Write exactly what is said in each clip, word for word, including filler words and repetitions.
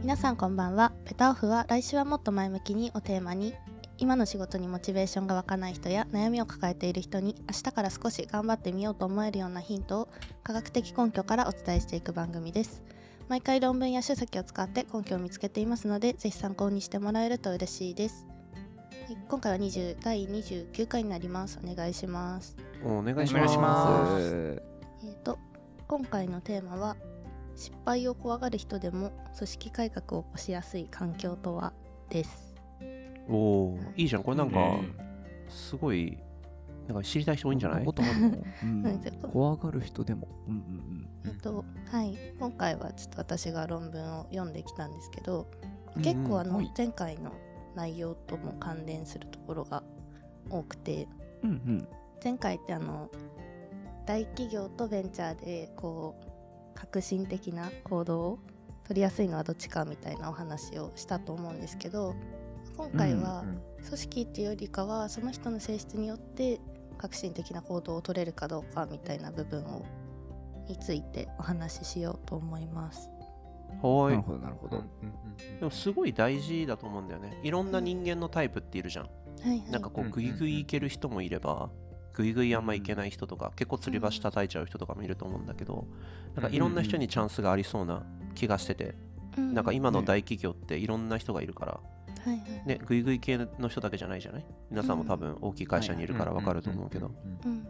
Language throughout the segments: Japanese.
皆さんこんばんは。ベタオフは来週はもっと前向きにをテーマに、今の仕事にモチベーションが湧かない人や悩みを抱えている人に明日から少し頑張ってみようと思えるようなヒントを科学的根拠からお伝えしていく番組です。毎回論文や書籍を使って根拠を見つけていますので、ぜひ参考にしてもらえると嬉しいです。はい、今回はにじゅうだいにじゅうきゅうかいになります。お願いします。 お願いします。 えーと今回のテーマは、失敗を怖がる人でも組織改革を起こしやすい環境とはです。 おー、いいじゃん。これなんかすごいなんか知りたい人多いんじゃない？ ことあるの、うん、怖がる人でも、うんうんうん、 えっとはい今回はちょっと私が論文を読んできたんですけど、結構あの前回の内容とも関連するところが多くて、 うんうん、 前回ってあの大企業とベンチャーでこう革新的な行動を取りやすいのはどっちかみたいなお話をしたと思うんですけど、今回は組織っていうよりかはその人の性質によって革新的な行動を取れるかどうかみたいな部分をについてお話ししようと思います。 はい、 なるほどなるほど、うんうんうん、でもすごい大事だと思うんだよね。いろんな人間のタイプっているじゃん、 はいはい、 なんかこうグイグイいける人もいればグイグイあんまいけない人とか、結構吊り橋叩いちゃう人とかもいると思うんだけど、なんかいろんな人にチャンスがありそうな気がしてて、なんか今の大企業っていろんな人がいるから、 はいはいね、グイグイ系の人だけじゃないじゃない。皆さんも多分大きい会社にいるから分かると思うけど、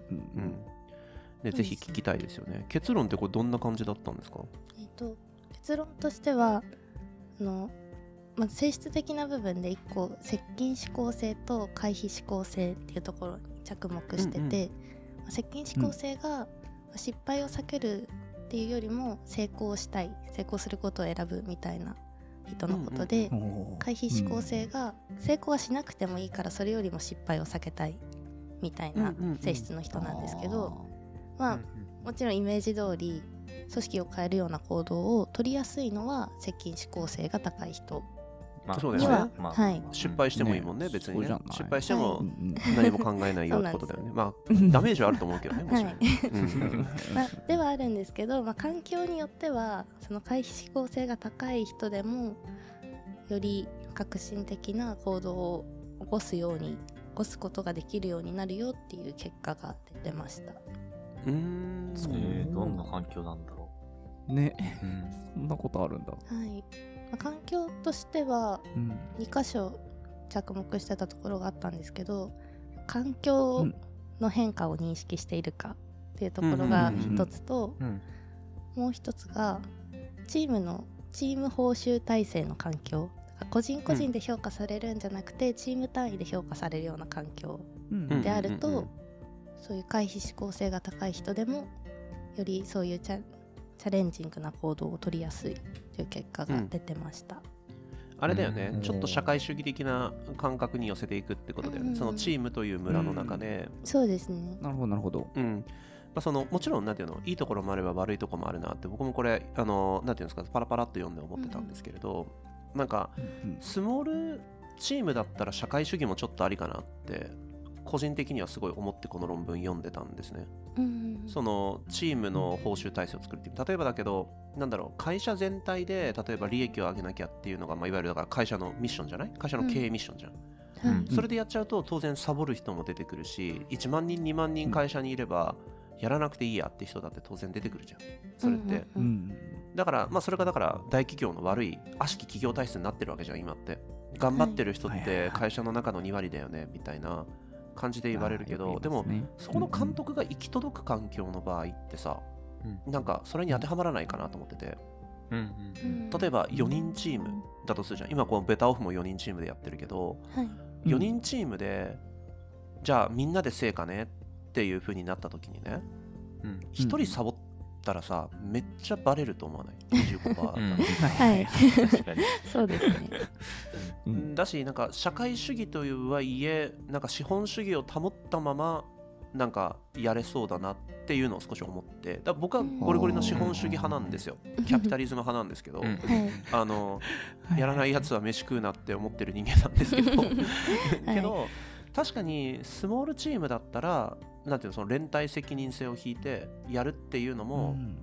ぜひ聞きたいですよね。結論ってこれどんな感じだったんですか？ えっと、結論としてはあの、まず性質的な部分でいっこ、接近指向性と回避指向性っていうところに着目してて、うんうん、接近指向性が失敗を避けるっていうよりも成功したい、成功することを選ぶみたいな人のことで、うんうん、回避指向性が成功はしなくてもいいからそれよりも失敗を避けたいみたいな性質の人なんですけど、うんうんうん、まあもちろんイメージ通り組織を変えるような行動を取りやすいのは接近指向性が高い人まあ、そうですね、 まあはい、 失敗してもいいもんね、ね別にね。失敗しても何も考えないよってことだよね。 はい、 まあダメージはあると思うけどね、もちろん、はいまあ、ではあるんですけど、まあ、環境によってはその回避指向性が高い人でもより革新的な行動を起こすように起こすことができるようになるよっていう結果が出てました。 うーん、 えー、どんな環境なんだろうね、うん、そんなことあるんだ。 はい、まあ、環境としてはに箇所着目してたところがあったんですけど、環境の変化を認識しているかっていうところが一つと、もう一つがチームのチーム報酬体制の環境、個人個人で評価されるんじゃなくて、うん、チーム単位で評価されるような環境であると、うんうんうんうん、そういう回避指向性が高い人でもよりそういうチャチャレンジングな行動を取りやすいという結果が出てました、うん、 あれだよね、うん、ちょっと社会主義的な感覚に寄せていくってことだよね、うん、そのチームという村の中で、 うん、そうですね。 なるほどなるほど、 うんまあ、そのもちろんなんていうのいいところもあれば悪いところもあるなって僕もこれあのなんていうんですかパラパラっと読んで思ってたんですけれど、うん、なんか、うん、スモールチームだったら社会主義もちょっとありかなって個人的にはすごい思ってこの論文読んでたんですね、うん、そのチームの報酬体制を作るっていう、例えばだけどなんだろう会社全体で例えば利益を上げなきゃっていうのが、まあ、いわゆるだから会社のミッションじゃない、会社の経営ミッションじゃん、うんうん、それでやっちゃうと当然サボる人も出てくるし、いちまんにんにまんにん会社にいればやらなくていいやって人だって当然出てくるじゃんそれって、うんうん、だからまあそれがだから大企業の悪い悪しき企業体質になってるわけじゃん今って。頑張ってる人って会社の中のに割だよねみたいな感じで言われるけど、ね、でもそこの監督が行き届く環境の場合ってさ、うん、なんかそれに当てはまらないかなと思ってて、うんうん、例えばよにんチームだとするじゃん。今このベタオフもよにんチームでやってるけど、はい、よにんチームでじゃあみんなで成果ねっていう風になった時にね、うん、ひとりサボったらさめっちゃバレると思わない？ にじゅうごパーセント だったら、 うん、はい確かにそうですねだしなんか社会主義というはいえなんか資本主義を保ったままなんかやれそうだなっていうのを少し思って、だ僕はゴリゴリの資本主義派なんですよ、キャピタリズム派なんですけど、うん、あのやらないやつは飯食うなって思ってる人間なんですけどけど、はい、確かにスモールチームだったらなんていうのその連帯責任性を引いてやるっていうのも、うん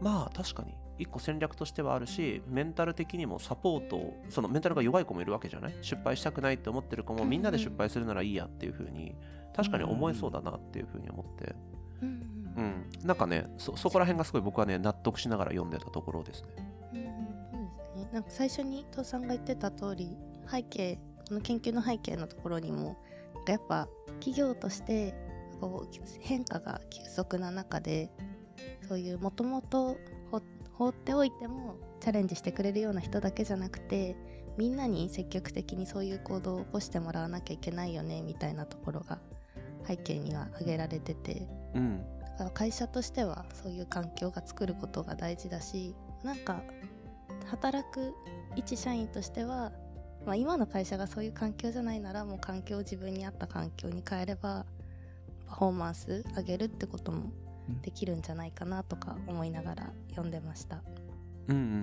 まあ確かに一個戦略としてはあるし、メンタル的にもサポートを、そのメンタルが弱い子もいるわけじゃない。失敗したくないって思ってる子もみんなで失敗するならいいやっていう風に確かに思えそうだなっていう風に思って、うん、うん、なんかね そ, そこら辺がすごい僕はね納得しながら読んでたところですね。 うん、そうですね。なんか最初に伊藤さんが言ってた通り、背景、この研究の背景のところにもなんかやっぱ企業としてこう変化が急速な中で、そういうもともと放っておいてもチャレンジしてくれるような人だけじゃなくて、みんなに積極的にそういう行動を起こしてもらわなきゃいけないよねみたいなところが背景には挙げられてて、うん、だから会社としてはそういう環境が作ることが大事だし、なんか働く一社員としては、まあ、今の会社がそういう環境じゃないならもう環境を自分に合った環境に変えればパフォーマンス上げるってこともできるんじゃないかなとか思いながら読んでました。 うんうんうんうん。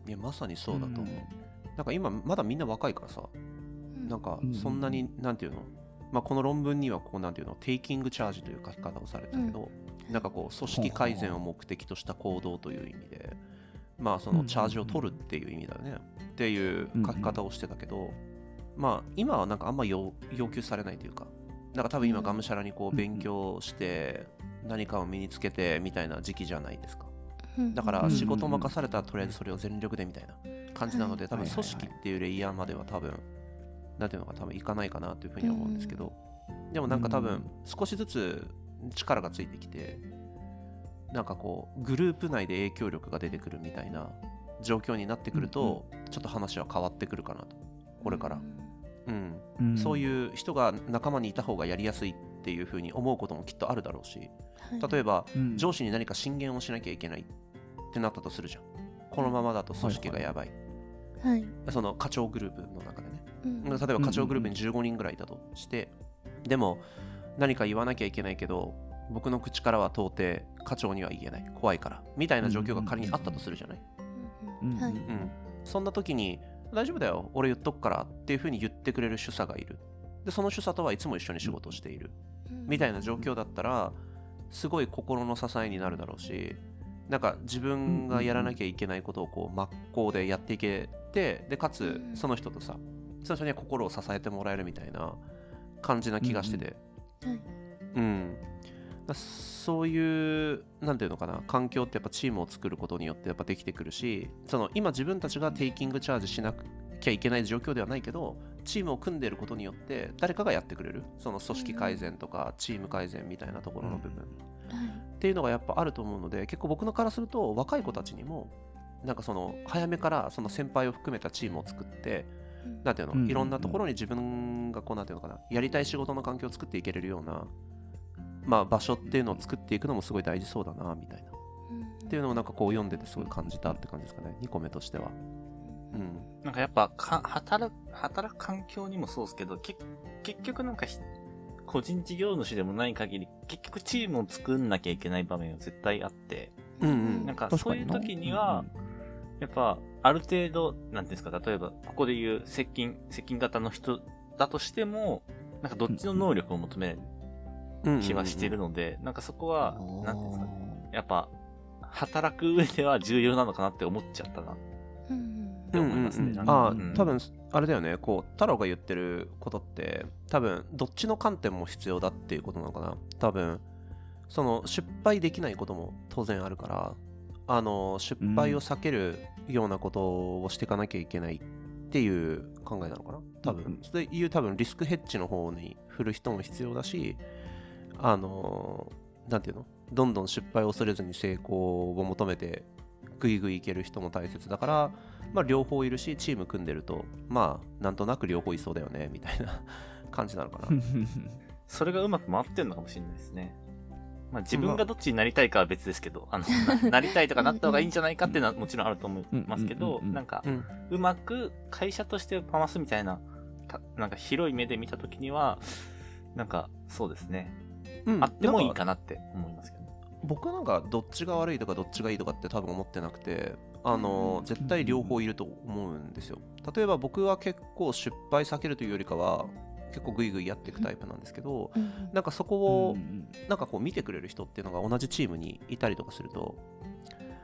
いやまさにそうだと思う、うん、なんか今まだみんな若いからさ、うん、なんかそんなに、うん、なんていうの、まあ、この論文にはこうなんていうのテイキングチャージという書き方をされたけど、うん、なんかこう組織改善を目的とした行動という意味で、まあそのチャージを取るっていう意味だよね、うん、っていう書き方をしてたけど、まあ今はなんかあんま要求されないというか、なんか多分今がむしゃらにこう勉強して何かを身につけてみたいな時期じゃないですか。だから仕事を任されたらとりあえずそれを全力でみたいな感じなので、多分組織っていうレイヤーまでは多分なんていうのか多分いかないかなというふうには思うんですけど、でもなんか多分少しずつ力がついてきて、なんかこうグループ内で影響力が出てくるみたいな状況になってくると、ちょっと話は変わってくるかなと、これから、うんうん、そういう人が仲間にいた方がやりやすいっていうふうに思うこともきっとあるだろうし、例えば、うん、上司に何か進言をしなきゃいけないってなったとするじゃん。このままだと組織がやばい、はいはい、その課長グループの中でね、うん、例えば課長グループにじゅうごにんぐらいいたとして、うんうん、でも何か言わなきゃいけないけど僕の口からは到底課長には言えない、怖いからみたいな状況が仮にあったとするじゃない、うんうんうん、そんな時に大丈夫だよ俺言っとくからっていう風に言ってくれる主査がいる。でその主査とはいつも一緒に仕事をしている、うん、みたいな状況だったらすごい心の支えになるだろうし、なんか自分がやらなきゃいけないことをこう真っ向でやっていけて、でかつその人とさ、その人には心を支えてもらえるみたいな感じな気がしてて、うん、うん、だそういうなんていうのかな、環境ってやっぱチームを作ることによってやっぱできてくるし、その今自分たちがテイキングチャージしなきゃいけない状況ではないけど、チームを組んでいることによって誰かがやってくれる、その組織改善とかチーム改善みたいなところの部分、うん、っていうのがやっぱあると思うので、結構僕のからすると若い子たちにもなんかその早めからその先輩を含めたチームを作って、うん、なんていうの、うん、いろんなところに自分がこうなんていうのかな、やりたい仕事の環境を作っていけれるような、まあ、場所っていうのを作っていくのもすごい大事そうだなみたいな、うん、っていうのをなんかこう読んでてすごい感じたって感じですかね、にこめとしては。 うん、なんかやっぱか働く、働く環境にもそうですけど、け結局なんか個人事業主でもない限り結局チームを作んなきゃいけない場面は絶対あって、うんうん、なんかそういう時にはやっぱある程度なんていうんですか、例えばここでいう接近接近型の人だとしてもなんかどっちの能力を求める気はしてるので、なんかそこはなんていうんですかね、やっぱ働く上では重要なのかなって思っちゃったな。って思いますね。 ああ、多分あれだよね、こう太郎が言ってることって多分どっちの観点も必要だっていうことなのかな。多分その失敗できないことも当然あるから、あの失敗を避けるようなことをしていかなきゃいけないっていう考えなのかな多分、うん、そういう多分リスクヘッジの方に振る人も必要だし、あのなんていうの、どんどん失敗を恐れずに成功を求めてグイグイいける人も大切だから、まあ、両方いるし、チーム組んでるとまあなんとなく両方いそうだよねみたいな感じなのかなそれがうまく回ってるのかもしれないですね。まあ、自分がどっちになりたいかは別ですけど、あの な, なりたいとかなった方がいいんじゃないかっていうのはもちろんあると思いますけど、なんかうまく会社として回すみたいな、なんか広い目で見たときにはなんかそうですね、うん、あってもいいかなって思いますけど、ね、 僕なんかどっちが悪いとかどっちがいいとかって多分思ってなくて、あの絶対両方いると思うんですよ。例えば僕は結構失敗避けるというよりかは結構グイグイやっていくタイプなんですけど、うん、なんかそこをなんかこう見てくれる人っていうのが同じチームにいたりとかすると、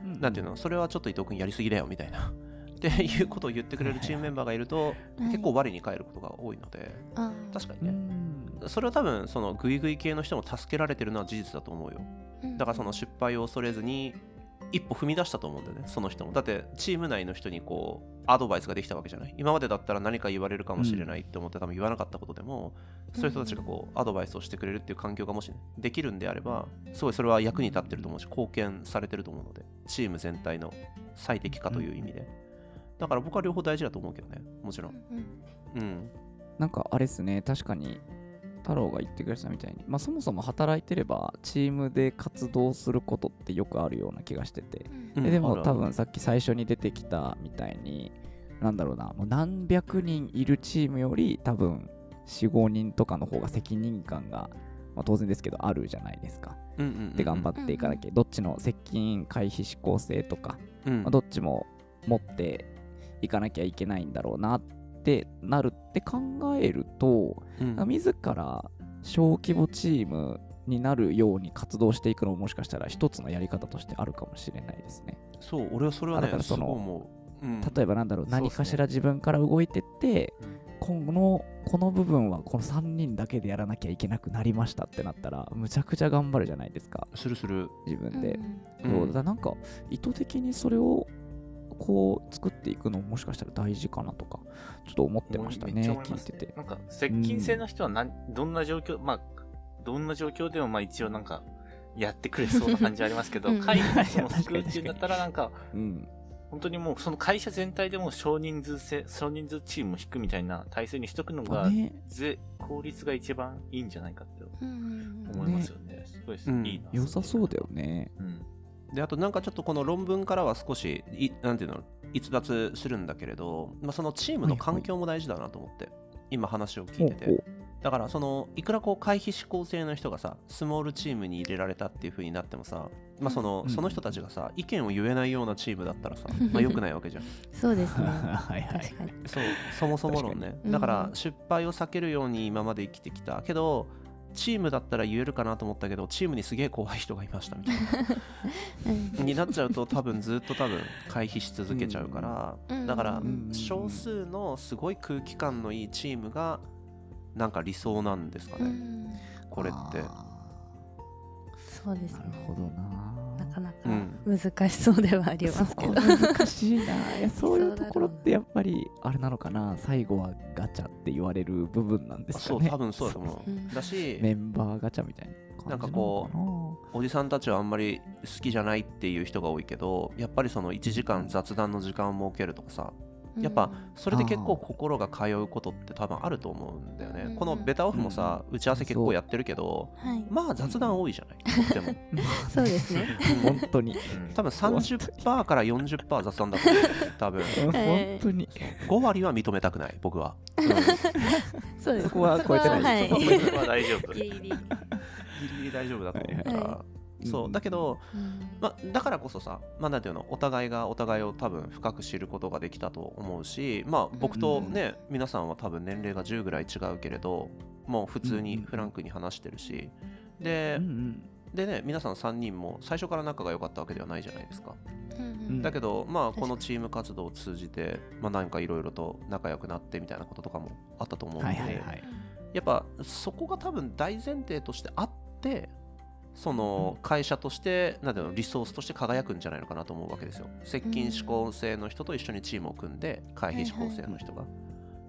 なんていうの、それはちょっと伊藤君やりすぎだよみたいなっていうことを言ってくれるチームメンバーがいると、結構我に返ることが多いので、確かにね、それは多分そのグイグイ系の人も助けられてるのは事実だと思うよ。だからその失敗を恐れずに一歩踏み出したと思うんだよね、その人も。だってチーム内の人にこうアドバイスができたわけじゃない。今までだったら何か言われるかもしれないって思って多分言わなかったことでも、うん、そういう人たちがこうアドバイスをしてくれるっていう環境がもし、ね、できるんであれば、すごいそれは役に立ってると思うし、貢献されてると思うので、チーム全体の最適化という意味で。だから僕は両方大事だと思うけどね、もちろん。うん、うん、 なんかあれですね、確かに太郎が言ってくれたみたいに、まあ、そもそも働いてればチームで活動することってよくあるような気がしてて、うん、で, でも多分さっき最初に出てきたみたいに、なんだろうな、もう何百人いるチームより多分 よん、ごにんとかの方が責任感が、まあ、当然ですけどあるじゃないですか、うんうんうんうん、で頑張っていかなきゃ、どっちの責任回避思考性とか、うんまあ、どっちも持っていかなきゃいけないんだろうなってなるって考えると、うん、自ら小規模チームになるように活動していくのももしかしたら一つのやり方としてあるかもしれないですね。 そう、俺はそれはね、 だからその、 すごい思う、うん、 例えばなんだろう、何かしら自分から動いてって、この、この部分はこのさんにんだけでやらなきゃいけなくなりましたってなったら、むちゃくちゃ頑張るじゃないですか。 するする。 自分で。 うん、 そうだからなんか意図的にそれをこう作っていくのももしかしたら大事かなとかちょっと思ってましたね、聞いてて。 なんか接近性の人は何、うん、どんな状況、まあどんな状況でもまあ一応なんかやってくれそうな感じありますけど、会社を救うっていうんだったらなんか、うん、本当にもうその会社全体でも少人数制、少人数チームを引くみたいな体制にしとくのが、ね、ぜ効率が一番いいんじゃないかって思いますよね。ね、すごい、うん、いいな。 良さそうだよね。 うんであとなんかちょっとこの論文からは少しいなんていうの逸脱するんだけれど、まあ、そのチームの環境も大事だなと思って、はいはい、今話を聞いてて、ほうほう、だからそのいくらこう回避思考性の人がさスモールチームに入れられたっていう風になってもさ、まあ、その、うん、その人たちがさ意見を言えないようなチームだったらさ、まあ、良くないわけじゃんそうですねはい、はい、 そうそもそも論ね、だから失敗を避けるように今まで生きてきたけどチームだったら言えるかなと思ったけどチームにすげえ怖い人がいましたみたいなになっちゃうと多分ずっと多分回避し続けちゃうから、うん、だから少数のすごい空気感のいいチームがなんか理想なんですかね、うん、これって。 そうですね。 なるほどな。 なかなか難しそうではありますけど、うん、 難しいな。いやそういうところってやっぱりあれなのかな、最後はガチャって言われる部分なんですかね。 そう多分そうだと思う、うん、だしメンバーガチャみたいな感じなのかな。 なんかこうおじさんたちはあんまり好きじゃないっていう人が多いけど、やっぱりそのいちじかん雑談の時間を設けるとかさ、やっぱそれで結構心が通うことって多分あると思うんだよね、うん、このベタオフもさ、うん、打ち合わせ結構やってるけど、はい、まあ雑談多いじゃない、とってもそうですね本当に多分 さんじゅっパーセント から よんじゅっパーセント 雑談だと思う多分本当にご割は認めたくない僕は、うん、 そうです、そこは超えてない、はい、 そこは大丈夫ギリギリギリギリ大丈夫だと思うから、はいはい、そうだけど、うんま、だからこそさ、まあ、なんていうのお互いがお互いを多分深く知ることができたと思うし、まあ、僕とね、うん、皆さんは多分年齢がじゅうぐらい違うけれどもう普通にフランクに話してるし、で、うんうん、でね皆さんさんにんも最初から仲が良かったわけではないじゃないですか、うんうん、だけど、まあ、このチーム活動を通じて、まあ、なんかいろいろと仲良くなってみたいなこととかもあったと思うので、はいはいはい、やっぱそこが多分大前提としてあってその会社としてなんていうのリソースとして輝くんじゃないのかなと思うわけですよ。接近思考性の人と一緒にチームを組んで回避思考性の人が、はいはい、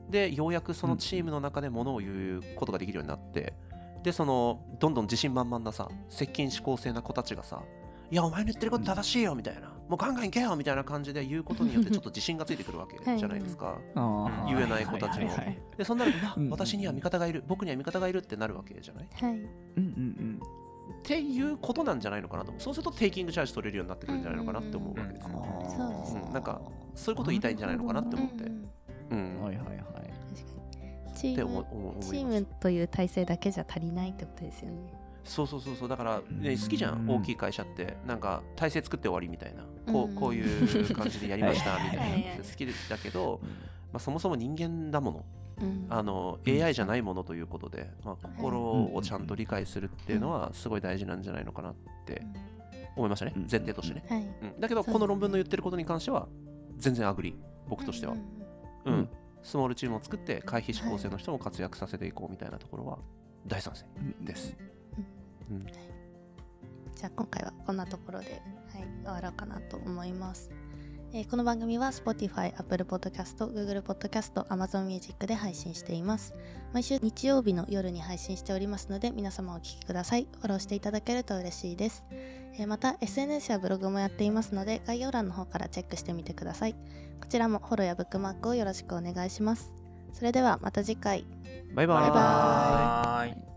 でようやくそのチームの中でものを言うことができるようになって、でそのどんどん自信満々なさ接近思考性な子たちがさ、いやお前の言ってること正しいよみたいな、もうガンガンいけよみたいな感じで言うことによってちょっと自信がついてくるわけじゃないですか言えない子たちの、はいはいはい、でそんなると、まあ、私には味方がいる、僕には味方がいるってなるわけじゃない、はい、うんうんうんっていうことなんじゃないのかなと思う。そうするとテイキングチャージ取れるようになってくるんじゃないのかなって思うわけですよ、うんうん、なんかそういうこと言いたいんじゃないのかなって思って、うん、はいはいはい、 チーム、チームという体制だけじゃ足りないってことですよね。 そうそうそうそう、だから、ね、好きじゃん大きい会社ってなんか体制作って終わりみたいな、こう、こういう感じでやりましたみたいな好きだけど、まあ、そもそも人間だもの、うん、あの エーアイ じゃないものということで、まあ、心をちゃんと理解するっていうのはすごい大事なんじゃないのかなって思いましたね、 うん前提としてね、 はいうん、だけどこの論文の言ってることに関しては全然アグリー、僕としては、 うんうんうんスモールチームを作って回避指向性の人も活躍させていこうみたいなところは大賛成です、うんうん、 じゃあ今回はこんなところで、はい、終わろうかなと思います。えーこの番組は Spotify、Apple Podcast、Google Podcast、Amazon Music で配信しています。毎週日曜日の夜に配信しておりますので、皆様お聞きください。フォローしていただけると嬉しいです。えーまた エスエヌエス やブログもやっていますので、概要欄の方からチェックしてみてください。こちらもフォローやブックマークをよろしくお願いします。それではまた次回。 バイバーイバイバーイはーい。